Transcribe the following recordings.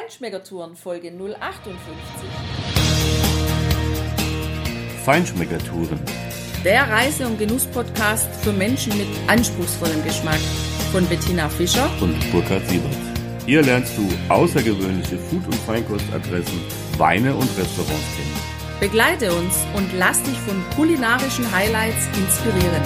Feinschmeckertouren Folge 058. Feinschmeckertouren. Der Reise- und Genuss-Podcast für Menschen mit anspruchsvollem Geschmack von Bettina Fischer und Burkhard Siebert. Hier lernst du außergewöhnliche Food- und Feinkostadressen, Weine und Restaurants kennen. Begleite uns und lass dich von kulinarischen Highlights inspirieren.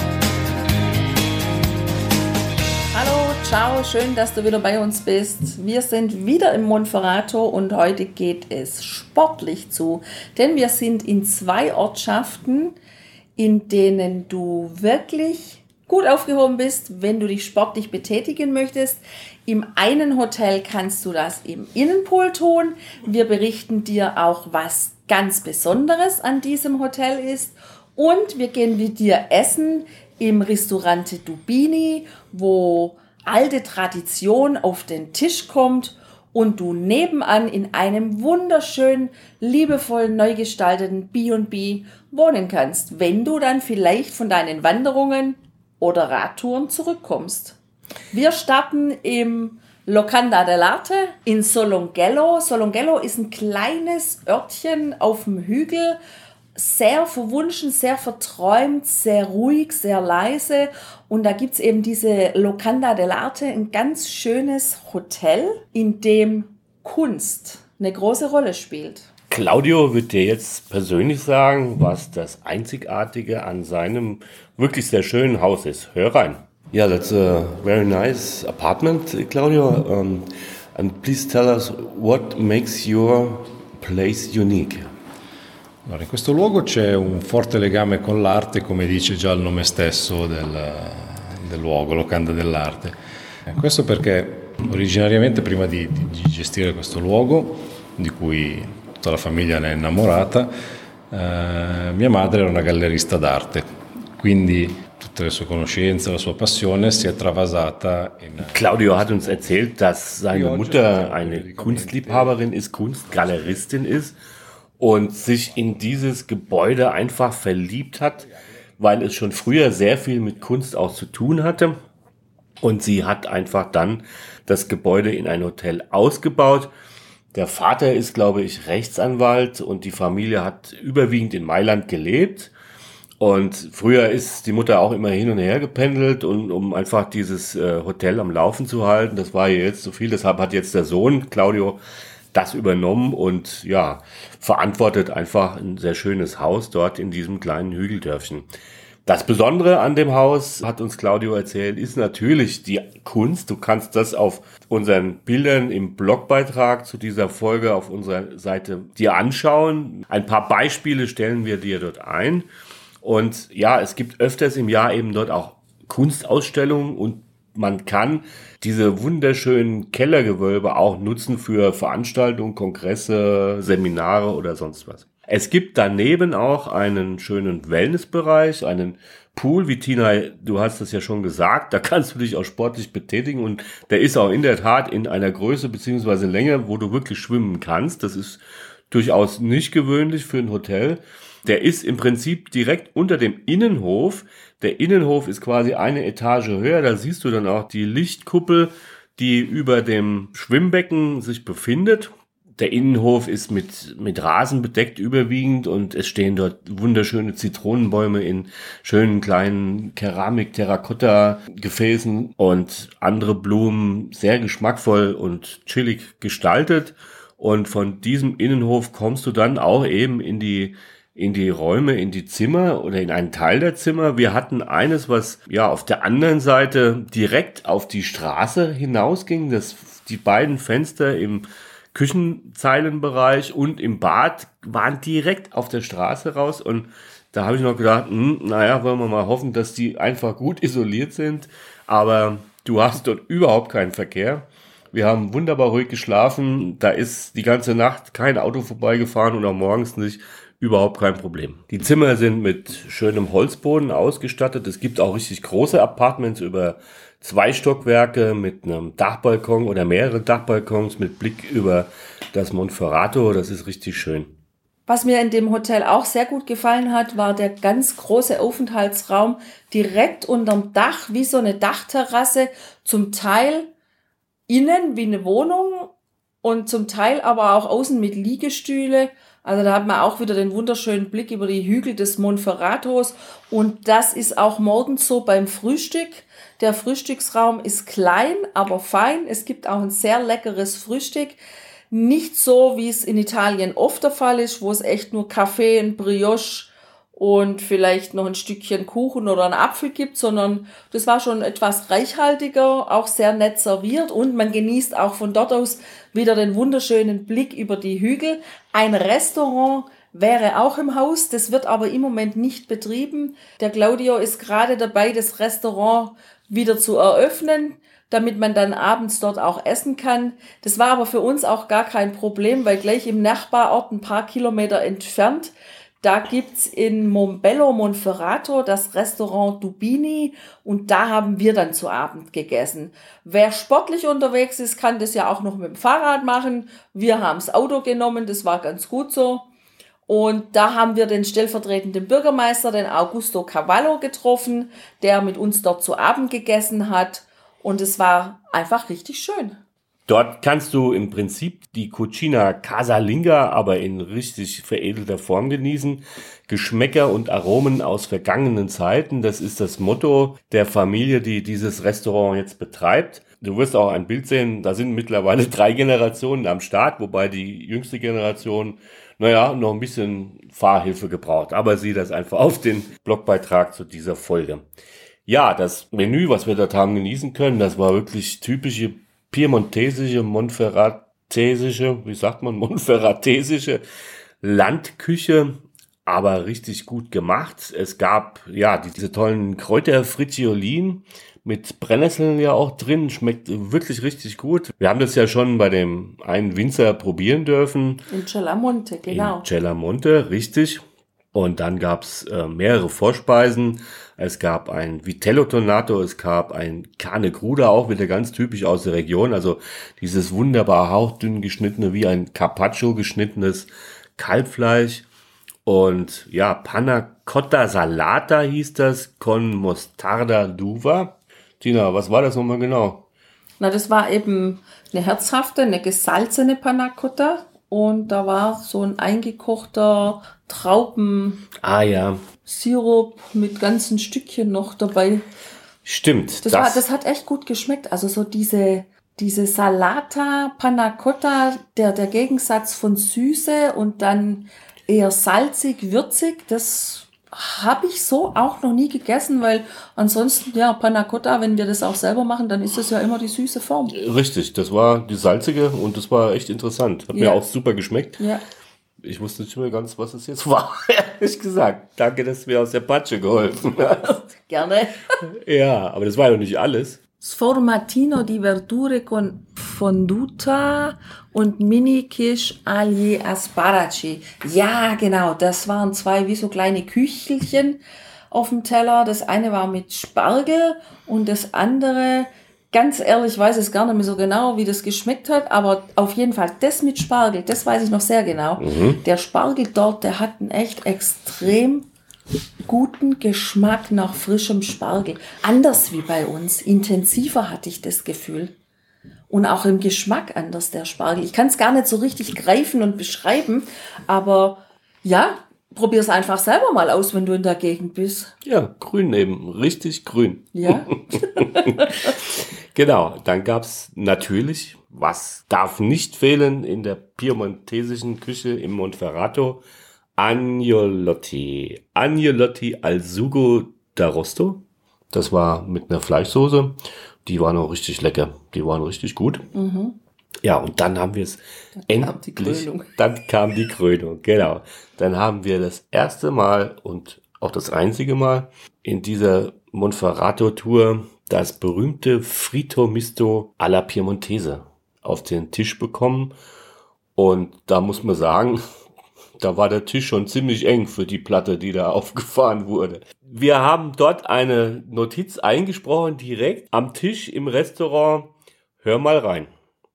Hallo, ciao, schön, dass du wieder bei uns bist. Wir sind wieder im Monferrato und heute geht es sportlich zu, denn wir sind in 2 Ortschaften, in denen du wirklich gut aufgehoben bist, wenn du dich sportlich betätigen möchtest. Im einen Hotel kannst du das im Innenpool tun. Wir berichten dir auch, was ganz Besonderes an diesem Hotel ist. Und wir gehen mit dir essen im Ristorante Dubini, wo alte Tradition auf den Tisch kommt und du nebenan in einem wunderschönen, liebevollen, neu gestalteten B&B wohnen kannst, wenn du dann vielleicht von deinen Wanderungen oder Radtouren zurückkommst. Wir starten im Locanda dell'Arte in Solongello. Solongello ist ein kleines Örtchen auf dem Hügel, sehr verwunschen, sehr verträumt, sehr ruhig, sehr leise. Und da gibt's eben diese Locanda dell'Arte, ein ganz schönes Hotel, in dem Kunst eine große Rolle spielt. Claudio wird dir jetzt persönlich sagen, was das Einzigartige an seinem wirklich sehr schönen Haus ist. Hör rein. Yeah, that's a very nice apartment, Claudio. And please tell us what makes your place unique. Allora, in questo luogo c'è un forte legame con l'arte, come dice già il nome stesso del luogo, Locanda dell'Arte. Questo perché originariamente, prima di gestire questo luogo, di cui tutta la famiglia ne è innamorata, mia madre era una gallerista d'arte, quindi tutte le sue conoscenze, la sua passione si è travasata in... Claudio hat uns erzählt, dass seine Mutter eine Kunstliebhaberin ist, Kunstgaleristin ist und sich in dieses Gebäude einfach verliebt hat, weil es schon früher sehr viel mit Kunst auch zu tun hatte. Und sie hat einfach dann das Gebäude in ein Hotel ausgebaut. Der Vater ist, glaube ich, Rechtsanwalt und die Familie hat überwiegend in Mailand gelebt. Und früher ist die Mutter auch immer hin und her gependelt, und um einfach dieses Hotel am Laufen zu halten. Das war ihr jetzt zu viel. Deshalb hat jetzt der Sohn Claudio das übernommen und ja, verantwortet einfach ein sehr schönes Haus dort in diesem kleinen Hügeldörfchen. Das Besondere an dem Haus, hat uns Claudio erzählt, ist natürlich die Kunst. Du kannst das auf unseren Bildern im Blogbeitrag zu dieser Folge auf unserer Seite dir anschauen. Ein paar Beispiele stellen wir dir dort ein. Und ja, es gibt öfters im Jahr eben dort auch Kunstausstellungen und man kann diese wunderschönen Kellergewölbe auch nutzen für Veranstaltungen, Kongresse, Seminare oder sonst was. Es gibt daneben auch einen schönen Wellnessbereich, einen Pool, wie Tina, du hast das ja schon gesagt, da kannst du dich auch sportlich betätigen und der ist auch in der Tat in einer Größe bzw. Länge, wo du wirklich schwimmen kannst. Das ist durchaus nicht gewöhnlich für ein Hotel. Der ist im Prinzip direkt unter dem Innenhof. Der Innenhof ist quasi eine Etage höher. Da siehst du dann auch die Lichtkuppel, die über dem Schwimmbecken sich befindet. Der Innenhof ist mit Rasen bedeckt überwiegend und es stehen dort wunderschöne Zitronenbäume in schönen kleinen Keramik-Terrakotta-Gefäßen und andere Blumen, sehr geschmackvoll und chillig gestaltet. Und von diesem Innenhof kommst du dann auch eben in die Räume, in die Zimmer oder in einen Teil der Zimmer. Wir hatten eines, was ja auf der anderen Seite direkt auf die Straße hinausging. Die beiden Fenster im Küchenzeilenbereich und im Bad waren direkt auf der Straße raus. Und da habe ich noch gedacht, naja, wollen wir mal hoffen, dass die einfach gut isoliert sind. Aber du hast dort überhaupt keinen Verkehr. Wir haben wunderbar ruhig geschlafen. Da ist die ganze Nacht kein Auto vorbeigefahren und auch morgens nicht. Überhaupt kein Problem. Die Zimmer sind mit schönem Holzboden ausgestattet. Es gibt auch richtig große Apartments über 2 Stockwerke mit einem Dachbalkon oder mehrere Dachbalkons mit Blick über das Monferrato. Das ist richtig schön. Was mir in dem Hotel auch sehr gut gefallen hat, war der ganz große Aufenthaltsraum direkt unterm Dach, wie so eine Dachterrasse, zum Teil innen wie eine Wohnung, und zum Teil aber auch außen mit Liegestühle. Also da hat man auch wieder den wunderschönen Blick über die Hügel des Monferratos und das ist auch morgens so beim Frühstück. Der Frühstücksraum ist klein, aber fein. Es gibt auch ein sehr leckeres Frühstück. Nicht so, wie es in Italien oft der Fall ist, wo es echt nur Kaffee, ein Brioche und vielleicht noch ein Stückchen Kuchen oder einen Apfel gibt, sondern das war schon etwas reichhaltiger, auch sehr nett serviert und man genießt auch von dort aus wieder den wunderschönen Blick über die Hügel. Ein Restaurant wäre auch im Haus, das wird aber im Moment nicht betrieben. Der Claudio ist gerade dabei, das Restaurant wieder zu eröffnen, damit man dann abends dort auch essen kann. Das war aber für uns auch gar kein Problem, weil gleich im Nachbarort ein paar Kilometer entfernt, da gibt's in Mombello Monferrato das Restaurant Dubini und da haben wir dann zu Abend gegessen. Wer sportlich unterwegs ist, kann das ja auch noch mit dem Fahrrad machen. Wir haben das Auto genommen, das war ganz gut so. Und da haben wir den stellvertretenden Bürgermeister, den Augusto Cavallo, getroffen, der mit uns dort zu Abend gegessen hat. Und es war einfach richtig schön. Dort kannst du im Prinzip die Cucina Casalinga aber in richtig veredelter Form genießen. Geschmäcker und Aromen aus vergangenen Zeiten, das ist das Motto der Familie, die dieses Restaurant jetzt betreibt. Du wirst auch ein Bild sehen, da sind mittlerweile 3 Generationen am Start, wobei die jüngste Generation, noch ein bisschen Fahrhilfe gebraucht. Aber sieh das einfach auf den Blogbeitrag zu dieser Folge. Ja, das Menü, was wir dort haben genießen können, das war wirklich typische piemontesische, monferratesische Landküche, aber richtig gut gemacht. Es gab diese tollen Kräuterfrittiolin mit Brennnesseln ja auch drin, schmeckt wirklich richtig gut. Wir haben das ja schon bei dem einen Winzer probieren dürfen. In Cellamonte, genau. In Cellamonte, richtig. Und dann gab's mehrere Vorspeisen. Es gab ein Vitello Tonnato, es gab ein Carne Cruda, auch wieder ganz typisch aus der Region. Also dieses wunderbar hauchdünn geschnittene, wie ein Carpaccio geschnittenes Kalbfleisch. Und ja, Panna Cotta Salata hieß das, con Mostarda d'Uva. Tina, was war das nochmal genau? Na, das war eben eine herzhafte, eine gesalzene Panna Cotta. Und da war so ein eingekochter Traubensirup mit ganzen Stückchen noch dabei. Stimmt. Das hat echt gut geschmeckt. Also so diese Salata, Panna Cotta, der Gegensatz von Süße und dann eher salzig, würzig, das habe ich so auch noch nie gegessen, weil ansonsten, Panna Cotta, wenn wir das auch selber machen, dann ist das ja immer die süße Form. Richtig, das war die salzige und das war echt interessant. Hat mir auch super geschmeckt. Ja. Ich wusste nicht mehr ganz, was es jetzt war, ehrlich gesagt. Danke, dass du mir aus der Patsche geholfen hast. Gerne. Ja, aber das war ja noch nicht alles. Sformatino di verdure con fonduta und Mini-Quiche agli Asparaci. Ja, genau, das waren 2 wie so kleine Küchelchen auf dem Teller. Das eine war mit Spargel und das andere, ganz ehrlich, weiß ich gar nicht mehr so genau, wie das geschmeckt hat, aber auf jeden Fall das mit Spargel, das weiß ich noch sehr genau. Der Spargel dort, der hat einen echt extrem guten Geschmack nach frischem Spargel. Anders wie bei uns. Intensiver hatte ich das Gefühl. Und auch im Geschmack anders, der Spargel. Ich kann es gar nicht so richtig greifen und beschreiben, aber ja, probier es einfach selber mal aus, wenn du in der Gegend bist. Ja, grün eben. Richtig grün. Ja. Genau, dann gab's natürlich, was darf nicht fehlen in der piemontesischen Küche im Monferrato, Agnolotti al sugo d'arrosto. Das war mit einer Fleischsoße. Die waren auch richtig lecker. Die waren richtig gut. Mhm. Ja, und dann haben wir es endlich. Dann kam die Krönung, genau. Dann haben wir das erste Mal und auch das einzige Mal in dieser Monferrato-Tour das berühmte Fritto Misto alla Piemontese auf den Tisch bekommen. Und da muss man sagen, da war der Tisch schon ziemlich eng für die Platte, die da aufgefahren wurde. Wir haben dort eine Notiz eingesprochen, direkt am Tisch im Restaurant. Hör mal rein.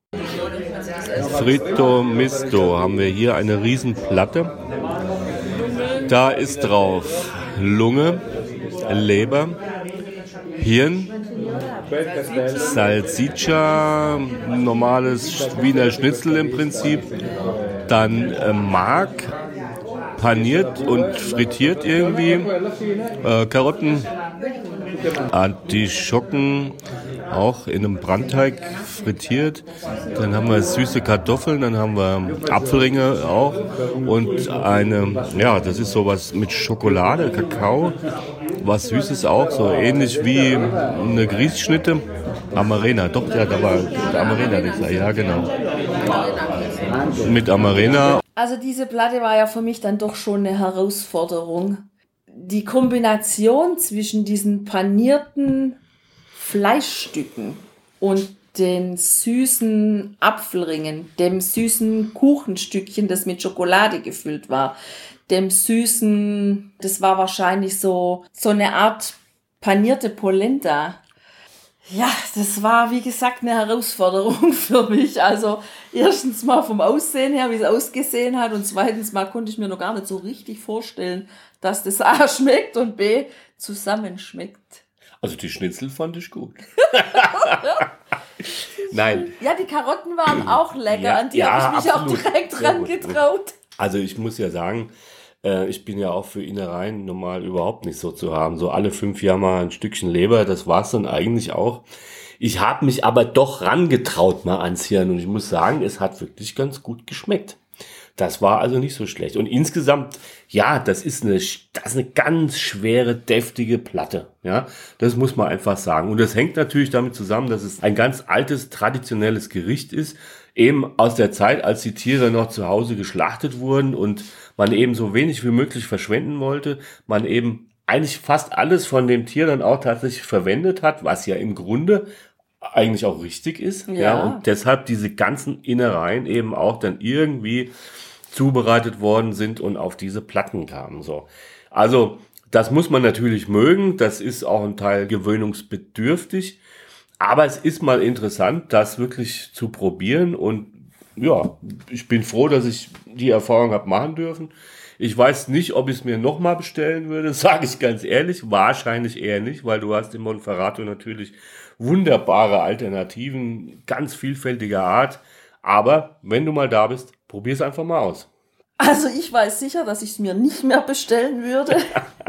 Fritto Misto haben wir hier eine Riesenplatte. Da ist drauf Lunge, Leber, Hirn, Salsiccia, normales Wiener Schnitzel im Prinzip. Dann Mark, paniert und frittiert irgendwie. Karotten, Artischocken, auch in einem Brandteig frittiert. Dann haben wir süße Kartoffeln, dann haben wir Apfelringe auch und das ist sowas mit Schokolade, Kakao, was Süßes auch, so ähnlich wie eine Grießschnitte. Amarena, doch, ja, da war der Amarena, ja genau. Mit Amarena. Also diese Platte war ja für mich dann doch schon eine Herausforderung. Die Kombination zwischen diesen panierten Fleischstücken und den süßen Apfelringen, dem süßen Kuchenstückchen, das mit Schokolade gefüllt war, dem süßen, das war wahrscheinlich so eine Art panierte Polenta. Ja, das war, wie gesagt, eine Herausforderung für mich. Also erstens mal vom Aussehen her, wie es ausgesehen hat, und zweitens mal konnte ich mir noch gar nicht so richtig vorstellen, dass das A schmeckt und B zusammenschmeckt. Also die Schnitzel fand ich gut. Nein. Ja, die Karotten waren auch lecker, an die habe ich mich absolut. auch direkt dran getraut. Also ich muss ja sagen, ich bin ja auch für Innereien normal überhaupt nicht so zu haben. So alle 5 Jahre mal ein Stückchen Leber, das war's dann eigentlich auch. Ich habe mich aber doch rangetraut mal ans Hirn und ich muss sagen, es hat wirklich ganz gut geschmeckt. Das war also nicht so schlecht. Und insgesamt, ja, das ist eine ganz schwere, deftige Platte. Ja, das muss man einfach sagen. Und das hängt natürlich damit zusammen, dass es ein ganz altes, traditionelles Gericht ist. Eben aus der Zeit, als die Tiere noch zu Hause geschlachtet wurden und man eben so wenig wie möglich verschwenden wollte. Man eben eigentlich fast alles von dem Tier dann auch tatsächlich verwendet hat, was ja im Grunde eigentlich auch richtig ist. Ja, und deshalb diese ganzen Innereien eben auch dann irgendwie zubereitet worden sind und auf diese Platten kamen. So. Also das muss man natürlich mögen, das ist auch ein Teil gewöhnungsbedürftig, aber es ist mal interessant, das wirklich zu probieren und ja, ich bin froh, dass ich die Erfahrung habe machen dürfen. Ich weiß nicht, ob ich es mir nochmal bestellen würde, sage ich ganz ehrlich, wahrscheinlich eher nicht, weil du hast in Monferrato natürlich wunderbare Alternativen, ganz vielfältiger Art, aber wenn du mal da bist, probier es einfach mal aus. Also ich weiß sicher, dass ich es mir nicht mehr bestellen würde.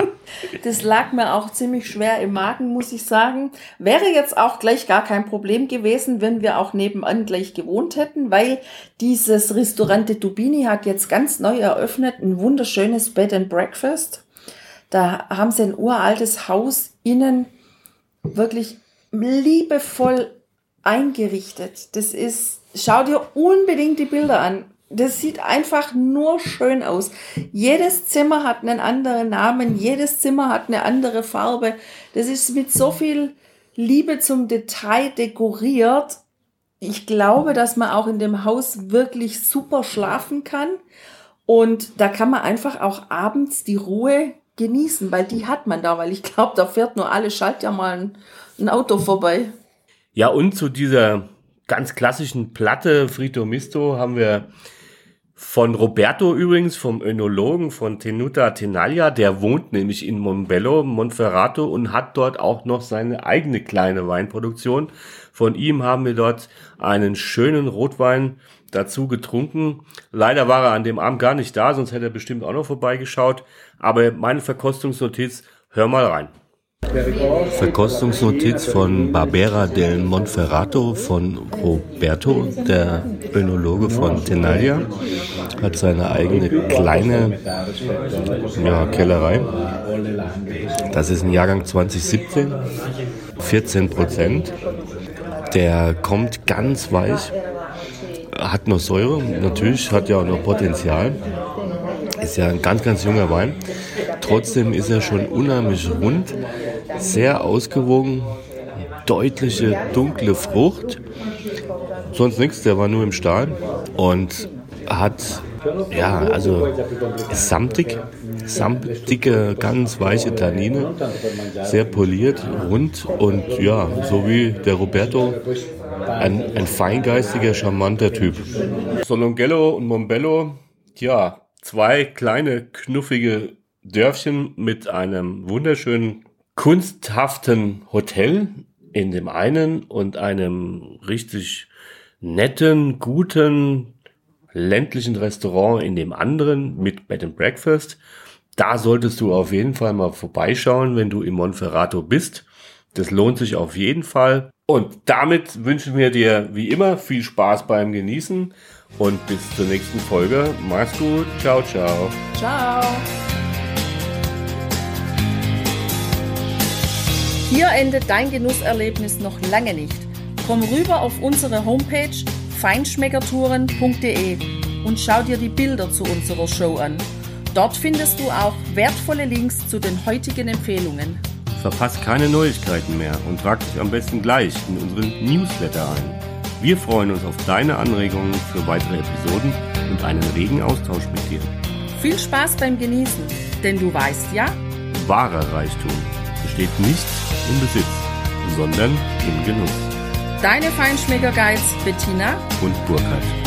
Das lag mir auch ziemlich schwer im Magen, muss ich sagen. Wäre jetzt auch gleich gar kein Problem gewesen, wenn wir auch nebenan gleich gewohnt hätten, weil dieses Ristorante Tubini hat jetzt ganz neu eröffnet, ein wunderschönes Bed and Breakfast. Da haben sie ein uraltes Haus innen wirklich liebevoll eingerichtet. Schau dir unbedingt die Bilder an. Das sieht einfach nur schön aus. Jedes Zimmer hat einen anderen Namen, jedes Zimmer hat eine andere Farbe. Das ist mit so viel Liebe zum Detail dekoriert. Ich glaube, dass man auch in dem Haus wirklich super schlafen kann. Und da kann man einfach auch abends die Ruhe genießen, weil die hat man da. Weil ich glaube, da fährt nur alle Schaltjahr mal ein Auto vorbei. Ja, und zu dieser ganz klassischen Platte Fritto Misto haben wir von Roberto übrigens, vom Önologen von Tenuta Tenaglia, der wohnt nämlich in Mombello, Monferrato und hat dort auch noch seine eigene kleine Weinproduktion. Von ihm haben wir dort einen schönen Rotwein dazu getrunken. Leider war er an dem Abend gar nicht da, sonst hätte er bestimmt auch noch vorbeigeschaut. Aber meine Verkostungsnotiz, hör mal rein. Verkostungsnotiz von Barbera del Monferrato von Roberto, der Önologe von Tenaglia, hat seine eigene kleine Kellerei. Das ist ein Jahrgang 2017, 14%. Der kommt ganz weich, hat noch Säure, natürlich, hat ja auch noch Potenzial. Ist ja ein ganz, ganz junger Wein. Trotzdem ist er schon unheimlich rund, sehr ausgewogen, deutliche, dunkle Frucht. Sonst nichts, der war nur im Stahl und hat, ist samtige, ganz weiche Tannine, sehr poliert, rund und ja, so wie der Roberto, ein feingeistiger, charmanter Typ. Solongello und Mombello, ja, 2 kleine, knuffige Dörfchen mit einem wunderschönen, kunsthaften Hotel in dem einen und einem richtig netten, guten, ländlichen Restaurant in dem anderen mit Bed and Breakfast. Da solltest du auf jeden Fall mal vorbeischauen, wenn du in Monferrato bist. Das lohnt sich auf jeden Fall. Und damit wünschen wir dir wie immer viel Spaß beim Genießen und bis zur nächsten Folge. Mach's gut. Ciao, ciao. Ciao. Hier endet dein Genusserlebnis noch lange nicht. Komm rüber auf unsere Homepage feinschmeckertouren.de und schau dir die Bilder zu unserer Show an. Dort findest du auch wertvolle Links zu den heutigen Empfehlungen. Verpass keine Neuigkeiten mehr und trag dich am besten gleich in unseren Newsletter ein. Wir freuen uns auf deine Anregungen für weitere Episoden und einen regen Austausch mit dir. Viel Spaß beim Genießen, denn du weißt ja, wahrer Reichtum besteht nicht im Besitz, sondern im Genuss. Deine Feinschmecker-Guides Bettina und Burkhard.